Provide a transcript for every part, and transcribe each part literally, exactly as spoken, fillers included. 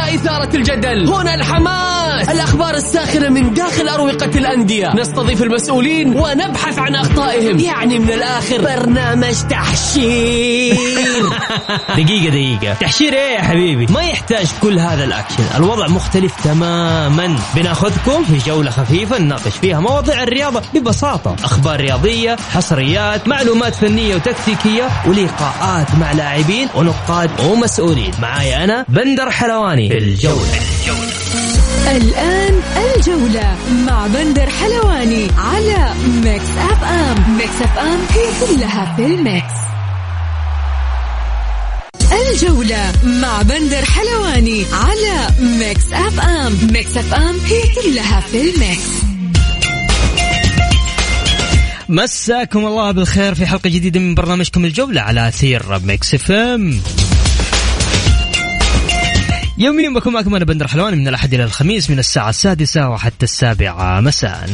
وإثارة الجدل. هنا الحماس، الأخبار الساخنة من داخل أروقة الأندية، نستضيف المسؤولين ونبحث عن أخطائهم. يعني من الآخر برنامج تحشير. دقيقة دقيقة، تحشير ايه يا حبيبي؟ ما يحتاج كل هذا الأكشن. الوضع مختلف تماما. بناخذكم في جولة خفيفة نناقش فيها مواضيع الرياضة ببساطة، أخبار رياضية، حصريات، معلومات فنية وتكتيكية، ولقاءات مع لاعبين ونقاد ومسؤولين. معايا أنا بندر حلواني في الجولة. الآن الجولة مع بندر حلواني على ميكس أف أم. ميكس أف أم هي كلها في الميكس. الجولة مع بندر حلواني على ميكس أف أم. ميكس أف أم هي كلها في الميكس. مساكم الله بالخير في حلقة جديدة من برنامجكم الجولة على أثير ميكس أف أم. يوميا بكون معكم أنا بندر حلواني من الأحد إلى الخميس من الساعة السادسة وحتى السابعة مساء.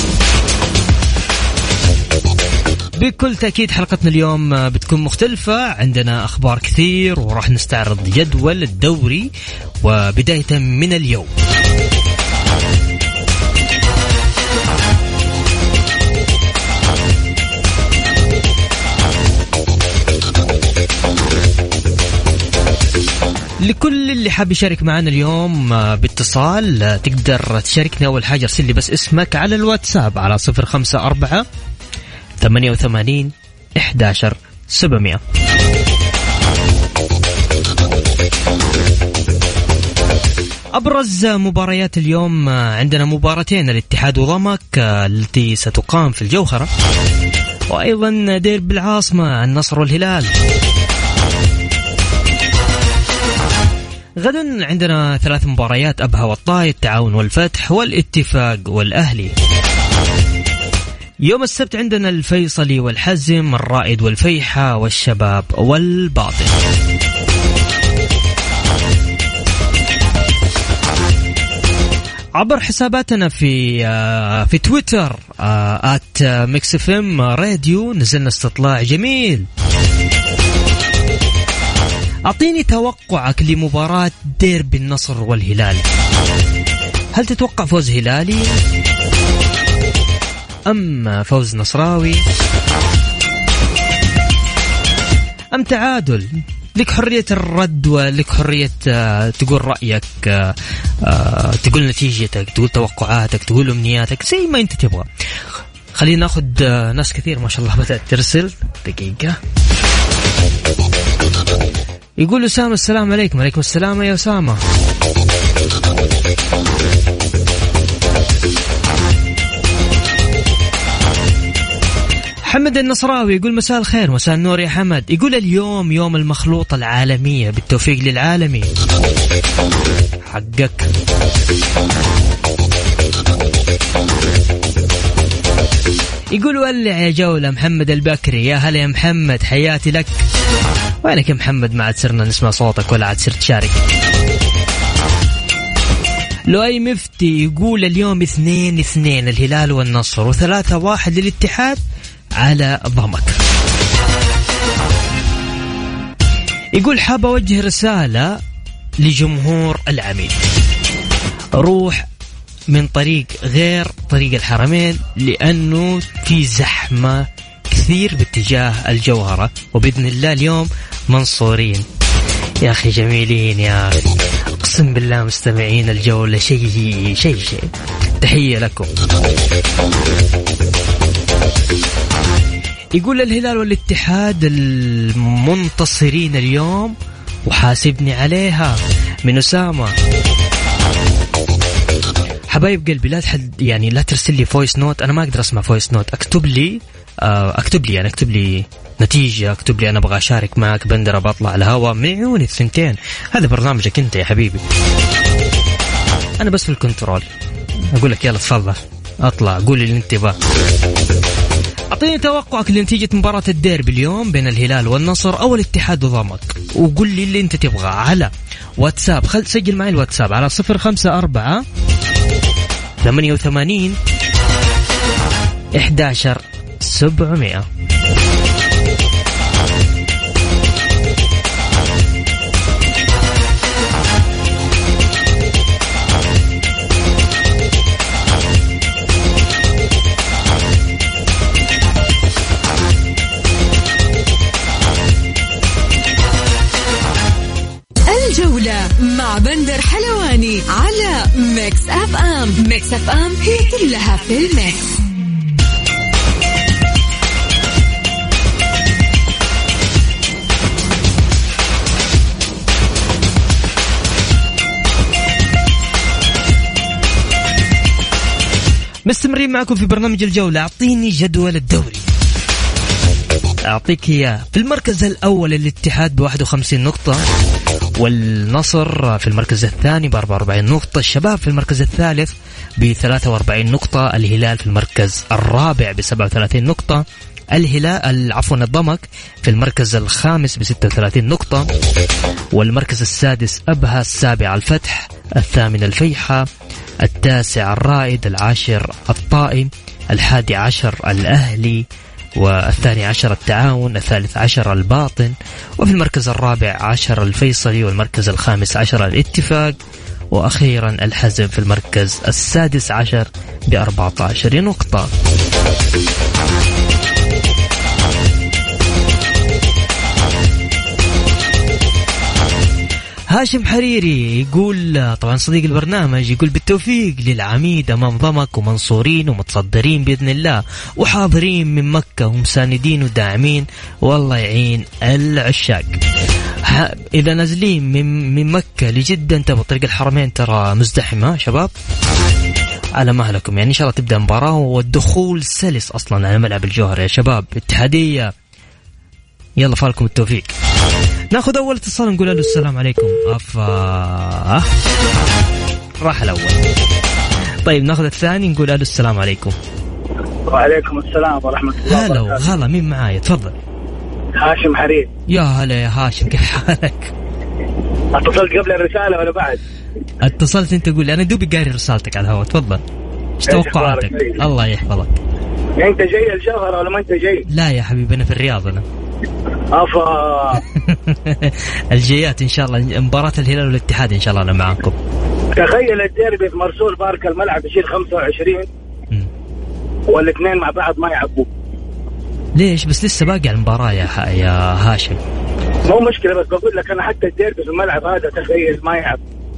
بكل تأكيد حلقتنا اليوم بتكون مختلفة، عندنا أخبار كثير وراح نستعرض جدول الدوري وبداية من اليوم. لكل اللي حاب يشارك معنا اليوم باتصال تقدر تشاركنا. أول حاجة ارسل لي بس اسمك على الواتساب على صفر خمسة أربعة ثمانية وثمانين إحدى عشر سبعمية. أبرز مباريات اليوم عندنا مباراتين، الاتحاد وضمك التي ستقام في الجوهرة، وأيضا ديربي بالعاصمة النصر والهلال. غدا عندنا ثلاث مباريات، أبها والطائي، التعاون والفتح، والاتفاق والأهلي. يوم السبت عندنا الفيصلي والحزم، الرائد والفيحة، والشباب والباطن. عبر حساباتنا في في تويتر آت ميكس اف ام راديو نزلنا استطلاع جميل. أعطيني توقعك لمباراة ديربي النصر والهلال. هل تتوقع فوز هلالي أم فوز نصراوي أم تعادل؟ لك حرية الرد ولك حرية تقول رأيك، تقول نتيجتك، تقول توقعاتك، تقول أمنياتك، زي ما أنت تبغى. خلينا ناخد ناس كثير ما شاء الله بدأت ترسل. دقيقة. يقول أسامة السلام عليكم. عليكم السلام يا أسامة. حمد النصراوي يقول مساء الخير. مساء النور يا حمد. يقول اليوم يوم المخلوطة العالمية، بالتوفيق للعالمي. حقك. يقول ولع يا جولة محمد البكري. يا هلا يا محمد، حياتي لك. وينك يا محمد؟ ما عاد صرنا نسمع صوتك ولا عاد صرت تشارك. لؤي مفتي يقول اليوم اثنين اثنين الهلال والنصر، وثلاثة واحد للاتحاد على ضمك. يقول حاب أوجه رسالة لجمهور العميد، روح من طريق غير طريق الحرمين لأنه في زحمة كثير باتجاه الجوهرة، وبإذن الله اليوم منصورين. يا أخي جميلين يا أخي، أقسم بالله مستمعين الجولة شيء شيء شيء. تحية لكم. يقول الهلال والاتحاد المنتصرين اليوم وحاسبني عليها، من أسامة. حبايب قلبي لا تحد يعني لا ترسل لي فويس نوت، أنا ما أقدر أسمع فويس نوت. أكتب لي أكتب لي يعني أكتب لي نتيجة، أكتب لي أنا أبغى أشارك معك بندر، بطلع على الهواء من عيوني الثنتين. هذا برنامجك أنت يا حبيبي، أنا بس في الكنترول. أقول لك يلا تفضل أطلع، قولي اللي أنت تبغاه. أعطيني توقعك لنتيجة مباراة الديربي اليوم بين الهلال والنصر أو الاتحاد وضمك، وقول لي اللي أنت تبغاه على واتساب. خل سجل معي الواتساب على صفر خمسة أربعة ثمانية وثمانين إحدى عشر سبعمية. الجولة مع بندر حلواني على ميكس أف أم. ميكس أف أم هي كلها في الميكس. مستمرين معكم في برنامج الجولة. أعطيني جدول الدوري. أعطيك إياه. في المركز الأول الاتحاد بواحد وخمسين نقطة، والنصر في المركز الثاني بأربعة وأربعين نقطة، الشباب في المركز الثالث بثلاثة وأربعين نقطة، الهلال في المركز الرابع بسبعة وثلاثين نقطة، الهلال عفوا الضمك في المركز الخامس بستة وثلاثين نقطة، والمركز السادس أبها، السابع الفتح، الثامن الفيحة، التاسع الرائد، العاشر الطائي، الحادي عشر الأهلي، والثاني عشر التعاون، الثالث عشر الباطن، وفي المركز الرابع عشر الفيصلي، والمركز الخامس عشر الاتفاق، وأخيرا الحزم في المركز السادس عشر بأربعة عشر نقطة. هاشم حريري يقول، طبعا صديق البرنامج، يقول بالتوفيق للعميد أمام ضمك، ومنصورين ومتصدرين بإذن الله، وحاضرين من مكة ومساندين وداعمين، والله يعين العشاق. إذا نازلين من, من مكة لجدة انت بطريق الحرمين ترى مزدحمة شباب، على مهلكم يعني. إن شاء الله تبدأ مباراة والدخول سلس أصلا على ملعب الجوهر يا شباب. اتحادية يلا فالكم التوفيق. ناخذ أول اتصال نقول له السلام عليكم. أفا راح الأول. طيب ناخذ الثاني نقول له السلام عليكم. وعليكم السلام ورحمة الله وبركاته. هلا وغلا، مين معايا؟ تفضل. هاشم حرير. يا هلا يا هاشم، كيف حالك؟ اتصلت قبل الرسالة ولا بعد؟ اتصلت انت، قول لي انا دوبي قاري رسالتك على الهواء. تفضل. ايش توقعاتك؟ الله يحفظك. انت جاي الجوهرة ولا ما انت جاي؟ لا يا حبيبي انا في الرياض انا. افا الجيات ان شاء الله، مباراة الهلال والاتحاد ان شاء الله انا معاكم. تخيل الديربي في مرسول بارك الملعب يشيل خمسة وعشرين والاثنين مع بعض ما يعبوا. ليش بس؟ لسه باقي على المباراة يا يا هاشم. مو مشكلة، بس بقول لك انا حتى الديربي في الملعب هذا تخيل ما يعب.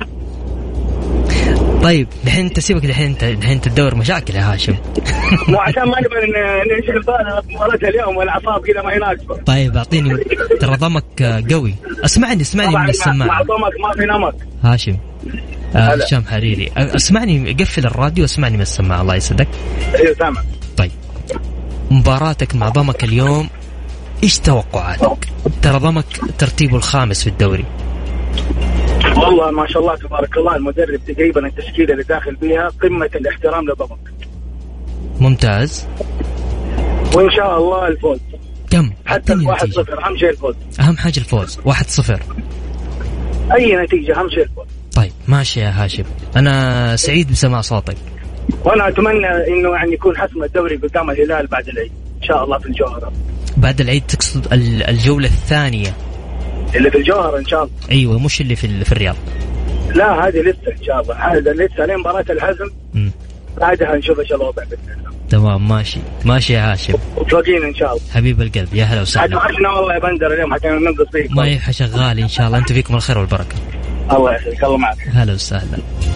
طيب الحين انت سيبك، الحين انت الحين تدور مشاكل يا هاشم. مو عشان ما نبغى ننشغل بالنا مباراة اليوم والاعصاب كذا ما هي ناقصة. طيب اعطيني، ترى ضمك قوي. اسمعني اسمعني من السماعة. مع ضمك ما في نمط. هاشم هشام حريري، اسمعني، قفل الراديو اسمعني من السماعة الله يسعدك. ايوه سامع. طيب مباراتك مع ضمك اليوم ايش توقعاتك؟ ترى ضمك ترتيبه الخامس في الدوري. والله ما شاء الله تبارك الله، المدرب تقريبا التشكيلة اللي داخل بيها قمة الاحترام لضمك. ممتاز، وإن شاء الله الفوز. كم؟ حتى واحد صفر، أهم شيء الفوز. أهم حاجة الفوز، واحد صفر. أي نتيجة أهم شيء الفوز. طيب ماشي يا هاشم، أنا سعيد بسماع صوتك. وأنا أتمنى إنه يعني يكون حسم الدوري قدام الهلال بعد العيد إن شاء الله في الجوهرة. بعد العيد تقصد الجولة الثانية اللي في الجوهرة إن شاء الله؟ أيوة، مش اللي في في الرياض. لا هذه لسه إن شاء الله، هذا لسه لين مباراة الحزم بعدها نشوف إيش الوضع بإذن الله. تمام ماشي ماشي يا هاشم، وتلاقينا إن شاء الله حبيب القلب. يا هلا وسهلا. عشنا والله يا بندر اليوم حتى ننقص فيك. ما يحشى شغال إن شاء الله، أنت فيكم الخير والبركة. الله يسعدك، الله معك. هلا وسهلا.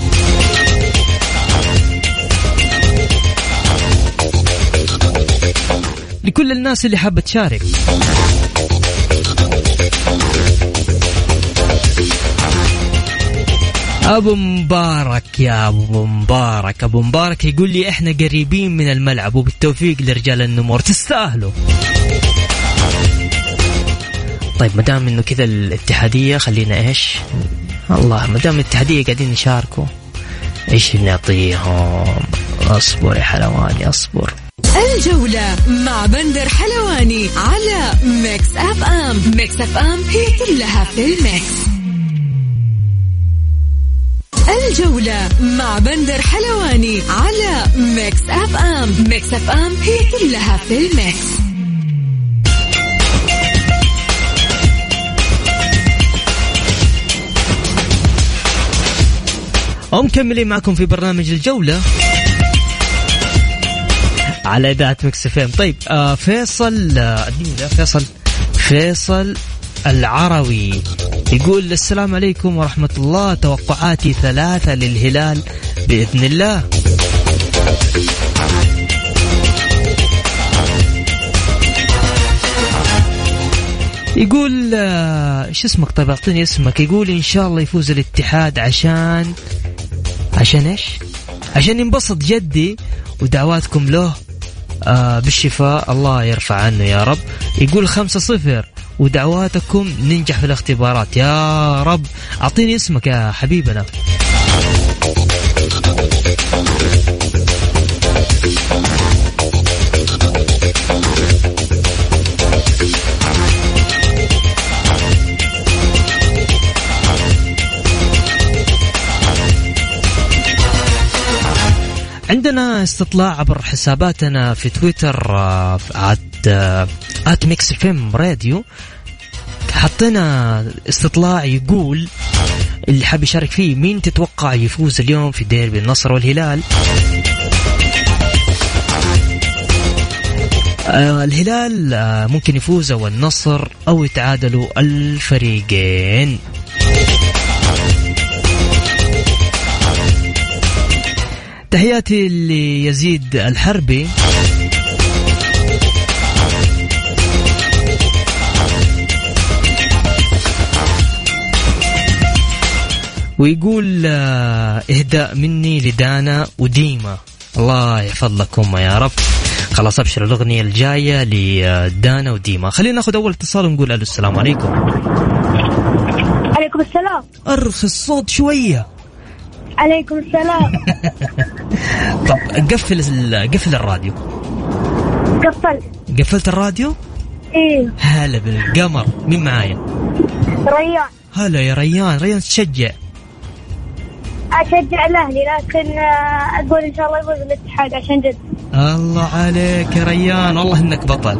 لكل الناس اللي حابة تشارك، أبو مبارك يا أبو مبارك أبو مبارك يقول لي إحنا قريبين من الملعب، وبالتوفيق لرجال النمور، تستاهلوا. طيب مدام إنه كذا الاتحادية خلينا إيش الله، مدام الاتحادية قاعدين يشاركوا إيش نعطيهم؟ أصبر يا حلواني أصبر. الجولة مع بندر حلواني على ميكس أف أم. ميكس أف أم هي كلها في الميكس. الجولة مع بندر حلواني على ميكس أف أم. ميكس أف أم هي كلها في الميكس. ومكملين معكم في برنامج الجولة على إذاعة ميكس اف ام. طيب آه فيصل آه فيصل فيصل العروي يقول السلام عليكم ورحمة الله، توقعاتي ثلاثة للهلال بإذن الله. يقول ايش اسمك؟ طيب اعطيني اسمك. يقول ان شاء الله يفوز الاتحاد عشان عشان ايش؟ عشان ينبسط جدي، ودعواتكم له آه بالشفاء، الله يرفع عنه يا رب. يقول خمسة صفر ودعواتكم ننجح في الاختبارات يا رب. اعطيني اسمك يا حبيبنا. عندنا استطلاع عبر حساباتنا في تويتر عاد آت ميكس فيم راديو. حطينا استطلاع يقول اللي حاب يشارك فيه مين تتوقع يفوز اليوم في ديربي النصر والهلال. آه الهلال آه ممكن يفوز أو النصر أو يتعادلوا الفريقين. تحياتي ليزيد الحربي. ويقول اهداء مني لدانا وديما، الله يحفظ لكم يا رب. خلاص ابشر الاغنيه الجايه لدانا وديما. خلينا ناخذ اول اتصال ونقول الو السلام عليكم. عليكم السلام. ارخي الصوت شويه. عليكم السلام. طب قفل قفل الراديو. قفلت. قفلت الراديو؟ ايه. هلا بالقمر، مين معايا؟ ريان. هلا يا ريان. ريان تشجع؟ اشجع الاهلي، لكن اقول ان شاء الله يفوز الاتحاد عشان جد. الله عليك يا ريان، والله انك بطل.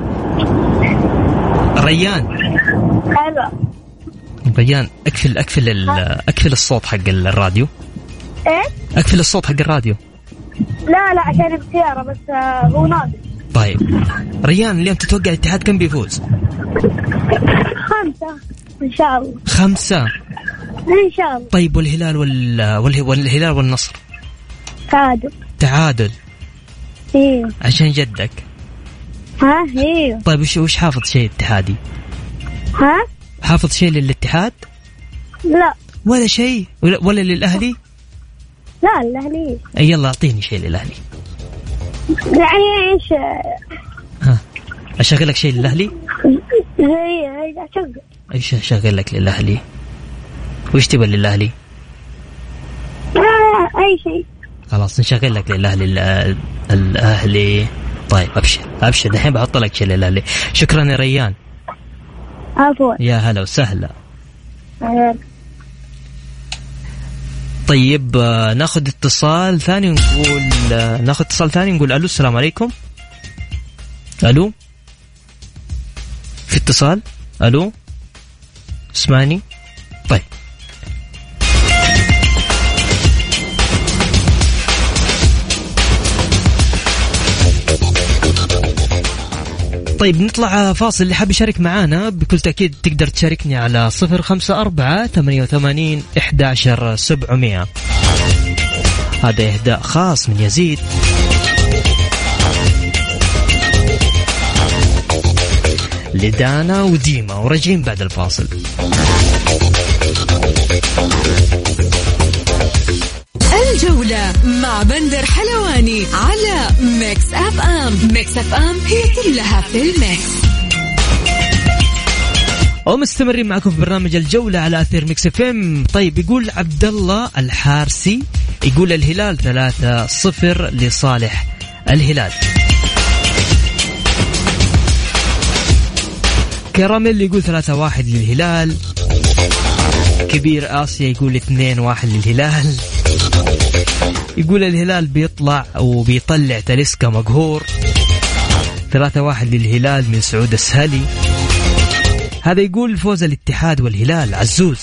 ريان. هلا. ريان اقفل اقفل اقفل الصوت حق الراديو. ايه؟ اقفل الصوت حق الراديو. لا لا عشان السيارة بس هو ناقص. طيب ريان، اليوم تتوقع الاتحاد كم بيفوز؟ خمسة ان شاء الله. خمسة ان شاء الله. طيب والهلال وال... وال... والهلال والنصر؟ تعادل. تعادل. ايوه. عشان جدك. ها ايوه. طيب وش وش حافظ شيء اتحادي؟ ها؟ حافظ شيء للاتحاد؟ لا. ولا شيء؟ ولا, ولا للأهلي؟ لا الأهلي. أي يلا أعطيني شيء للأهلي. يعني إيش؟ ها أشغل لك شيء للأهلي؟ زي أشغل. إيش أشغل لك للأهلي؟ وش تبغى للأهلي؟ آه أي شيء. خلاص نشغل لك للأهلي. الأهلي. طيب أبشر أبشر دحين بحط لك شيء للأهلي. شكرا يا ريان. عفوا. يا هلا وسهلا. أهلا. طيب ناخذ اتصال ثاني ونقول ناخذ اتصال ثاني نقول الو السلام عليكم. الو في اتصال. الو اسمعني. طيب طيب نطلع فاصل. اللي حاب يشارك معانا بكل تأكيد تقدر تشاركني على صفر خمسة أربعة ثمانية وثمانين إحدى عشر سبعمية. هذا إهداء خاص من يزيد. لدانا وديما، ورجعين بعد الفاصل. الجولة مع بندر حلواني على ميكس أف أم. ميكس أف أم هي كلها في الميكس. ومستمرين معكم في برنامج الجولة على أثير ميكس أف أم. طيب يقول عبد الله الحارسي، يقول الهلال ثلاثة صفر لصالح الهلال. كراميل يقول ثلاثة واحد للهلال. كبير آسيا يقول اثنين واحد للهلال. يقول الهلال بيطلع وبيطلع تاليسكا مقهور. ثلاثة واحد للهلال من سعود السهلي. هذا يقول فوز الاتحاد والهلال. عزوز.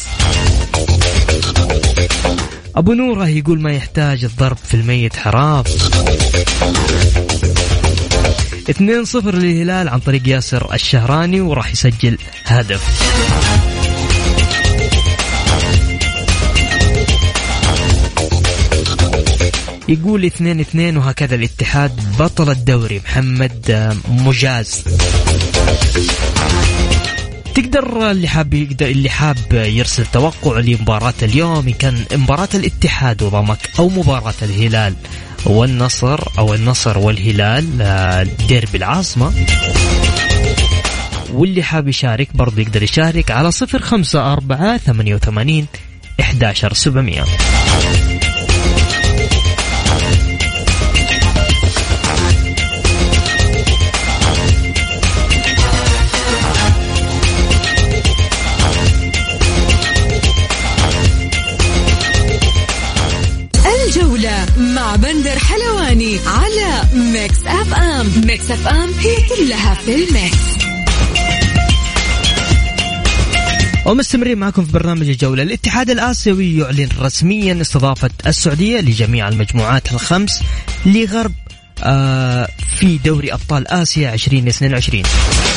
أبو نوره يقول ما يحتاج الضرب في الميت حرام. اثنين صفر للهلال عن طريق ياسر الشهراني وراح يسجل هدف. يقول اثنين اثنين وهكذا الاتحاد بطل الدوري. محمد مجاز. تقدر اللي حاب يقدر اللي حاب يرسل توقع لمباراة اليوم، إن كان مباراة الاتحاد وضمك أو مباراة الهلال والنصر أو النصر والهلال ديربي العاصمة، واللي حاب يشارك برضو يقدر يشارك على صفر خمسة أربعة ثمانية وثمانين إحدى عشر سبعمية. الجولة مع بندر حلواني على ميكس أف أم. ميكس أف أم هي كلها في الميكس. ومستمرين معكم في برنامج الجولة. الاتحاد الآسيوي يعلن رسميا استضافة السعودية لجميع المجموعات الخمس لغرب آه في دوري أبطال آسيا عشرين اثنين وعشرين.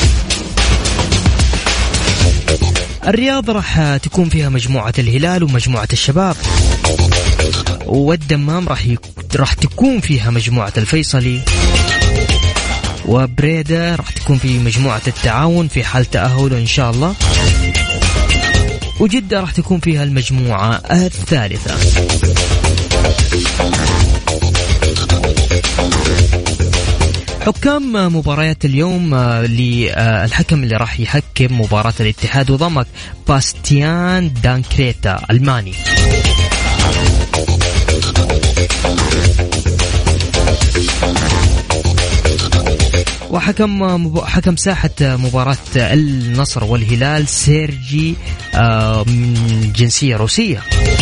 الرياض راح تكون فيها مجموعة الهلال ومجموعة الشباب، والدمام راح ي... راح تكون فيها مجموعة الفيصلي، وبريدة راح تكون في مجموعة التعاون في حال تأهل إن شاء الله، وجدة راح تكون فيها المجموعة الثالثة. حكام مباريات اليوم للحكم اللي راح يحكم مباراة الاتحاد وضمك باستيان دانكريتا ألماني. وحكم حكم ساحة مباراة النصر والهلال سيرجي من جنسية روسية.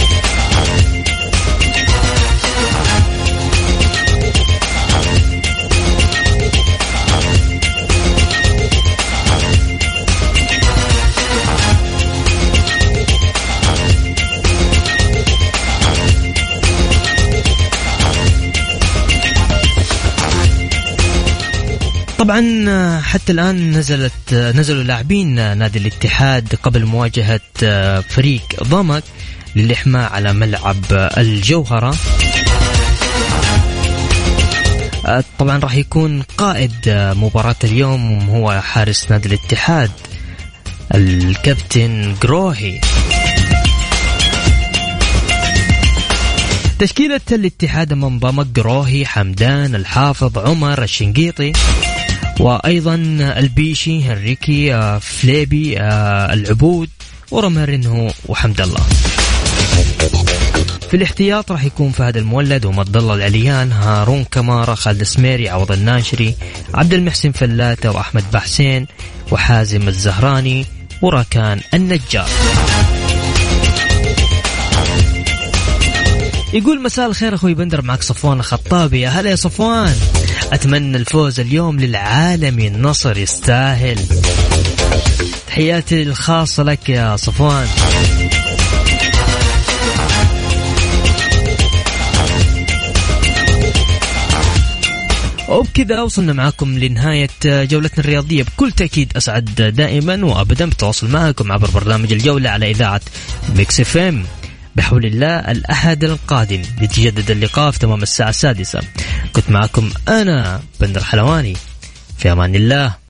طبعا حتى الآن نزلت نزلوا لاعبين نادي الاتحاد قبل مواجهة فريق ضمك للإحماء على ملعب الجوهرة. طبعا راح يكون قائد مباراة اليوم هو حارس نادي الاتحاد الكابتن جروهي. تشكيلة الاتحاد من ضمك جروهي، حمدان، الحافظ، عمر، الشنقيطي، وأيضا البيشي، هنريكي، فليبي، العبود، ورمارينهو، وحمد الله. في الاحتياط راح يكون فهد المولد، ومد الله العليان، هارون كمارة، خالد السميري، عوض الناشري، عبد المحسن فلاتة، وأحمد بحسين، وحازم الزهراني، وراكان النجار. يقول مساء الخير أخوي بندر، معك صفوان الخطابي. يا هلا يا صفوان، أتمنى الفوز اليوم للعالمي، النصر يستاهل. تحياتي الخاصة لك يا صفوان. وبكذا وصلنا معكم لنهاية جولتنا الرياضية. بكل تأكيد أسعد دائما وأبدا بتواصل معكم عبر برنامج الجولة على إذاعة ميكس اف ام. بحول الله الأحد القادم يتجدد اللقاء في تمام الساعة السادسة. كنت معكم أنا بندر حلواني، في أمان الله.